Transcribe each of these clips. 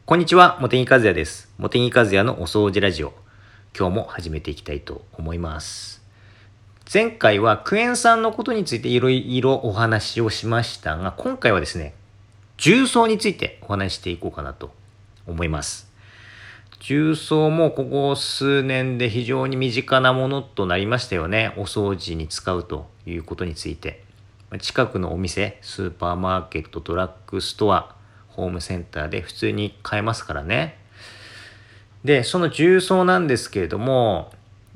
こんにちは、茂木和也です。茂木和也のお掃除ラジオ。今日も始めていきたいと思います。前回はクエン酸のことについていろいろお話をしましたが、今回はですね、重曹についてお話していこうかなと思います。重曹もここ数年で非常に身近なものとなりましたよね。お掃除に使うということについて。近くのお店、スーパーマーケット、ドラッグストア、ホームセンターで普通に買えますからね。で、その重曹なんですけれども、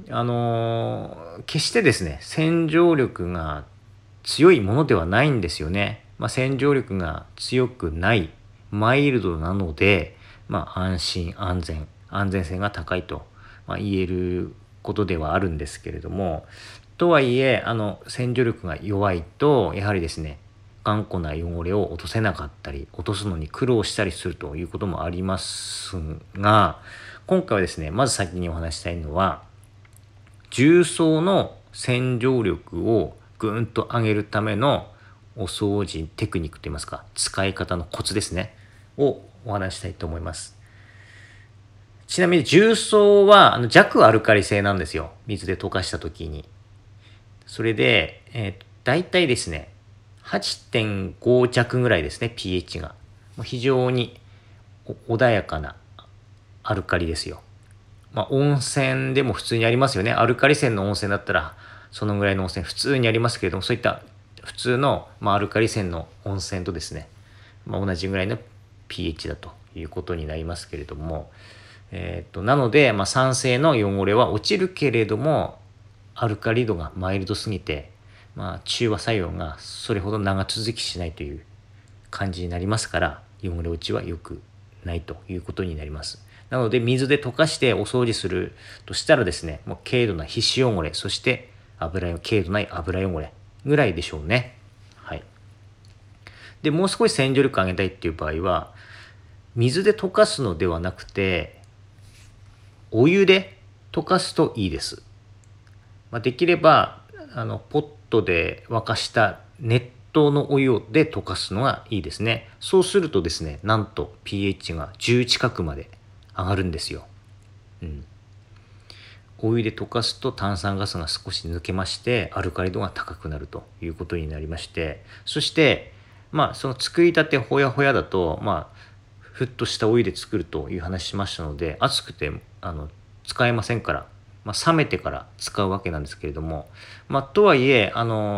決してですね、洗浄力が強いものではないんですよね。洗浄力が強くない、マイルドなので、安心安全性が高いと、言えることではあるんですけれども、とはいえ、洗浄力が弱いと、やはりですね、頑固な汚れを落とせなかったり、落とすのに苦労したりするということもありますが、今回はですね、まず先にお話したいのは、重曹の洗浄力をぐんと上げるためのお掃除テクニックといいますか、使い方のコツですね、をお話したいと思います。ちなみに重曹は弱アルカリ性なんですよ。水で溶かした時に。それで、だいたいですね、8.5 弱ぐらいですね、pH が。非常に穏やかなアルカリですよ。温泉でも普通にありますよね。アルカリ泉の温泉だったら、そのぐらいの温泉普通にありますけれども、そういった普通の、アルカリ泉の温泉とですね、同じぐらいの pH だということになりますけれども、なので、酸性の汚れは落ちるけれども、アルカリ度がマイルドすぎて、中和作用がそれほど長続きしないという感じになりますから、汚れ落ちは良くないということになります。なので水で溶かしてお掃除するとしたらですね、もう軽度な皮脂汚れ、そして軽度ない油汚れぐらいでしょうね。はい。で、もう少し洗浄力上げたいっていう場合は、水で溶かすのではなくて、お湯で溶かすといいです。できればポットで沸かした熱湯のお湯で溶かすのがいいですね。そうするとですね、なんと pH が10近くまで上がるんですよ。お湯で溶かすと炭酸ガスが少し抜けまして、アルカリ度が高くなるということになりまして、そしてその作りたてほやほやだとふっとしたお湯で作るという話しましたので、熱くて使えませんから、冷めてから使うわけなんですけれども、とはいえ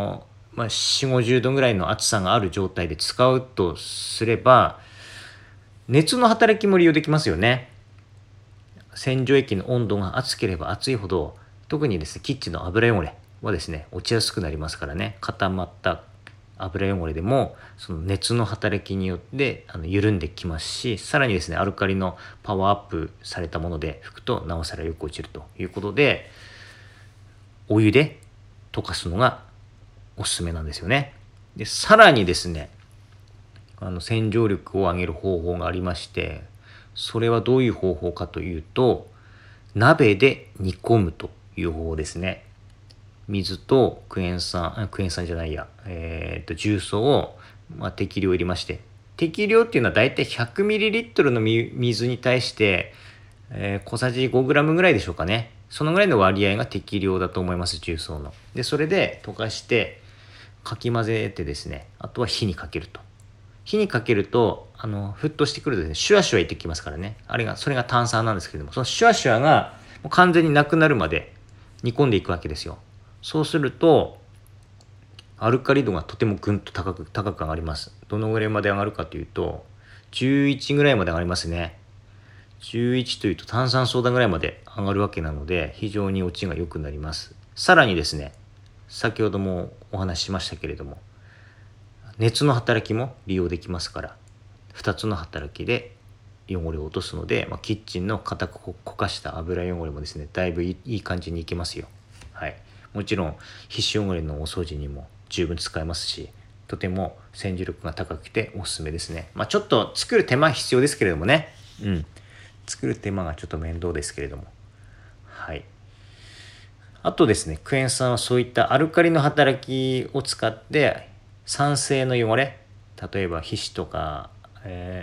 4、50度ぐらいの熱さがある状態で使うとすれば、熱の働きも利用できますよね。洗浄液の温度が熱ければ熱いほど、特にですね、キッチンの油汚れはですね、落ちやすくなりますからね。固まった油汚れでもその熱の働きによって緩んできますし、さらにですね、アルカリのパワーアップされたもので拭くとなおさらよく落ちるということで、お湯で溶かすのがおすすめなんですよね。で、さらにですね、洗浄力を上げる方法がありまして、それはどういう方法かというと、鍋で煮込むという方法ですね。水とクエン酸じゃないや、重曹を、適量入れまして、適量っていうのはだいたい 100ml の水に対して、小さじ 5g ぐらいでしょうかね。そのぐらいの割合が適量だと思います、重曹の。で、それで溶かしてかき混ぜてですね、あとは火にかけると。火にかけると沸騰してくるとですね、シュワシュワいってきますからね。それが炭酸なんですけれども、そのシュワシュワがもう完全になくなるまで煮込んでいくわけですよ。そうするとアルカリ度がとてもぐんと高く上がります。どのぐらいまで上がるかというと、11ぐらいまで上がりますね。11というと炭酸ソーダぐらいまで上がるわけなので、非常に落ちが良くなります。さらにですね、先ほどもお話ししましたけれども、熱の働きも利用できますから、2つの働きで汚れを落とすので、キッチンの固くこかした油汚れもですね、だいぶいい感じにいけますよ。はい。もちろん皮脂汚れのお掃除にも十分使えますし、とても洗浄力が高くておすすめですね。ちょっと作る手間必要ですけれどもね。作る手間がちょっと面倒ですけれども。はい。あとですね、クエン酸はそういったアルカリの働きを使って酸性の汚れ、例えば皮脂とか、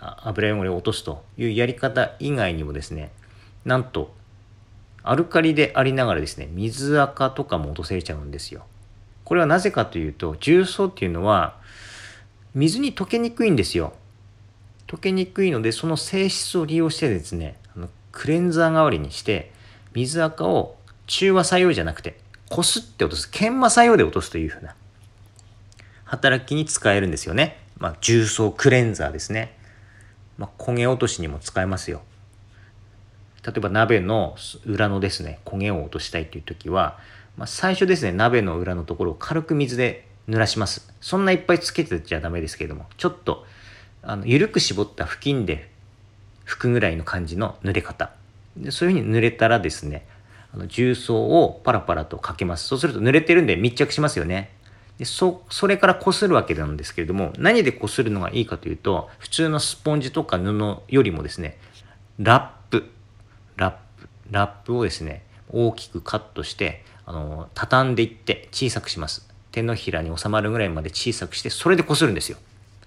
油汚れを落とすというやり方以外にもですね、なんとアルカリでありながらですね、水垢とかも落とせちゃうんですよ。これはなぜかというと、重曹っていうのは水に溶けにくいんですよ。溶けにくいので、その性質を利用してですね、クレンザー代わりにして水垢を中和作用じゃなくてこすって落とす、研磨作用で落とすというふうな働きに使えるんですよね。重曹クレンザーですね。焦げ落としにも使えますよ。例えば鍋の裏のですね、焦げを落としたいという時は、最初ですね、鍋の裏のところを軽く水で濡らします。そんないっぱいつけてちゃダメですけれども、ちょっと緩く絞った布巾で拭くぐらいの感じの濡れ方で、そういう風に濡れたらですね、重曹をパラパラとかけます。そうすると濡れてるんで密着しますよね。でそれからこするわけなんですけれども、何でこするのがいいかというと、普通のスポンジとか布よりもですね、ラップをですね、大きくカットして畳んでいって小さくします。手のひらに収まるぐらいまで小さくして、それでこするんですよ。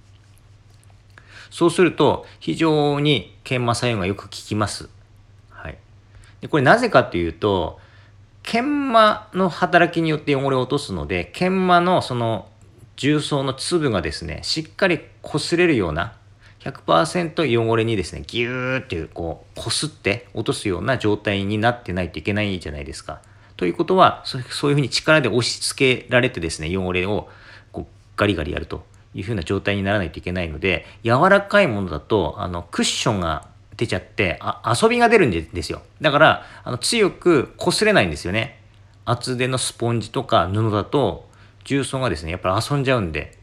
そうすると非常に研磨作用がよく効きます。はい。でこれなぜかというと、研磨の働きによって汚れを落とすので、研磨のその重曹の粒がですね、しっかり擦れるような 100% 汚れにですね、ギューってこすって落とすような状態になってないといけないじゃないですか。ということは、そういうふうに力で押し付けられてですね、汚れをガリガリやるというふうな状態にならないといけないので、柔らかいものだとクッションが出ちゃって遊びが出るんですよ。だから強く擦れないんですよね。厚手のスポンジとか布だと重曹がですね、やっぱり遊んじゃうんで、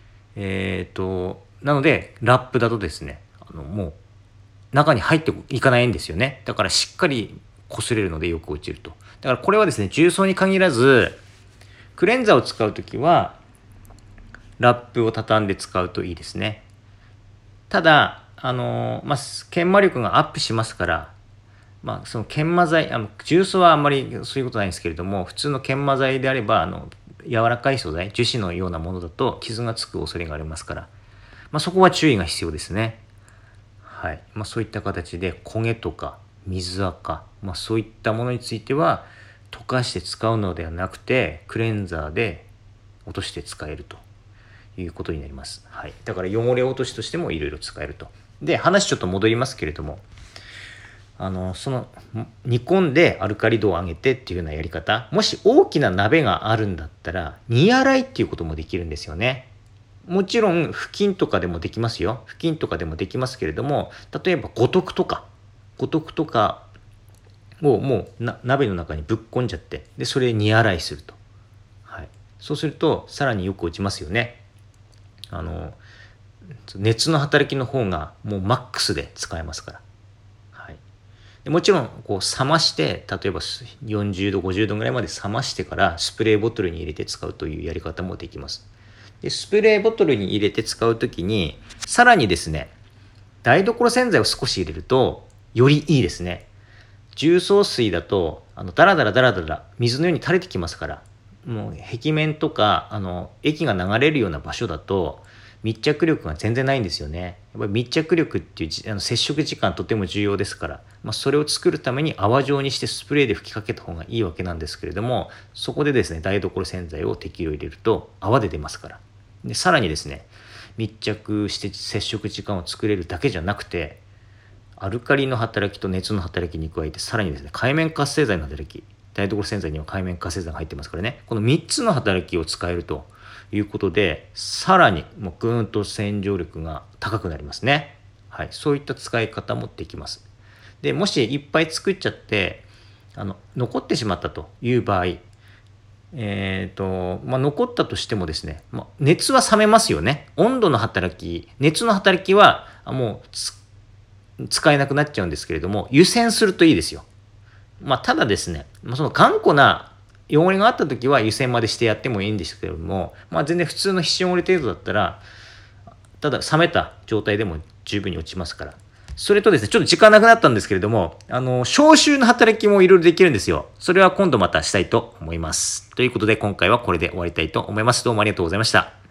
なのでラップだとですね、もう中に入っていかないんですよね。だからしっかり擦れるのでよく落ちると。だからこれはですね、重曹に限らずクレンザーを使うときはラップを畳んで使うといいですね。ただ研磨力がアップしますから、その研磨剤、重曹はあんまりそういうことないんですけれども、普通の研磨剤であれば柔らかい素材、樹脂のようなものだと傷がつく恐れがありますから、そこは注意が必要ですね。はい。そういった形で焦げとか水垢、そういったものについては溶かして使うのではなくて、クレンザーで落として使えるということになります。はい。だから汚れ落としとしてもいろいろ使えると。で、話ちょっと戻りますけれども、その煮込んでアルカリ度を上げてっていうようなやり方、もし大きな鍋があるんだったら煮洗いっていうこともできるんですよね。もちろん布巾とかでもできますよ。布巾とかでもできますけれども、例えば五徳とかをもう鍋の中にぶっこんじゃって、でそれで煮洗いすると。はい。そうするとさらによく落ちますよね。熱の働きの方がもうマックスで使えますから。はい。でもちろん冷まして、例えば40度50度ぐらいまで冷ましてからスプレーボトルに入れて使うというやり方もできます。でスプレーボトルに入れて使うときにさらにですね、台所洗剤を少し入れるとよりいいですね。重曹水だとダラダラ水のように垂れてきますから、もう壁面とか液が流れるような場所だと密着力が全然ないんですよね。やっぱり密着力っていう接触時間とても重要ですから、それを作るために泡状にしてスプレーで吹きかけた方がいいわけなんですけれども、そこでですね、台所洗剤を適量入れると泡で出ますから。でさらにですね、密着して接触時間を作れるだけじゃなくて、アルカリの働きと熱の働きに加えて、さらにですね、界面活性剤の働き、台所洗剤には界面活性剤が入ってますからね、この3つの働きを使えるということで、さらにもうぐーんと洗浄力が高くなりますね。はい、そういった使い方もできます。でもしいっぱい作っちゃって残ってしまったという場合、残ったとしてもですね、熱は冷めますよね。温度の働き、熱の働きはもう使えなくなっちゃうんですけれども、湯煎するといいですよ。ただですね、その頑固な汚れがあった時は湯煎までしてやってもいいんですけれども、全然普通の皮脂汚れ程度だったら、ただ冷めた状態でも十分に落ちますから。それとですね、ちょっと時間なくなったんですけれども、消臭の働きもいろいろできるんですよ。それは今度またしたいと思います。ということで今回はこれで終わりたいと思います。どうもありがとうございました。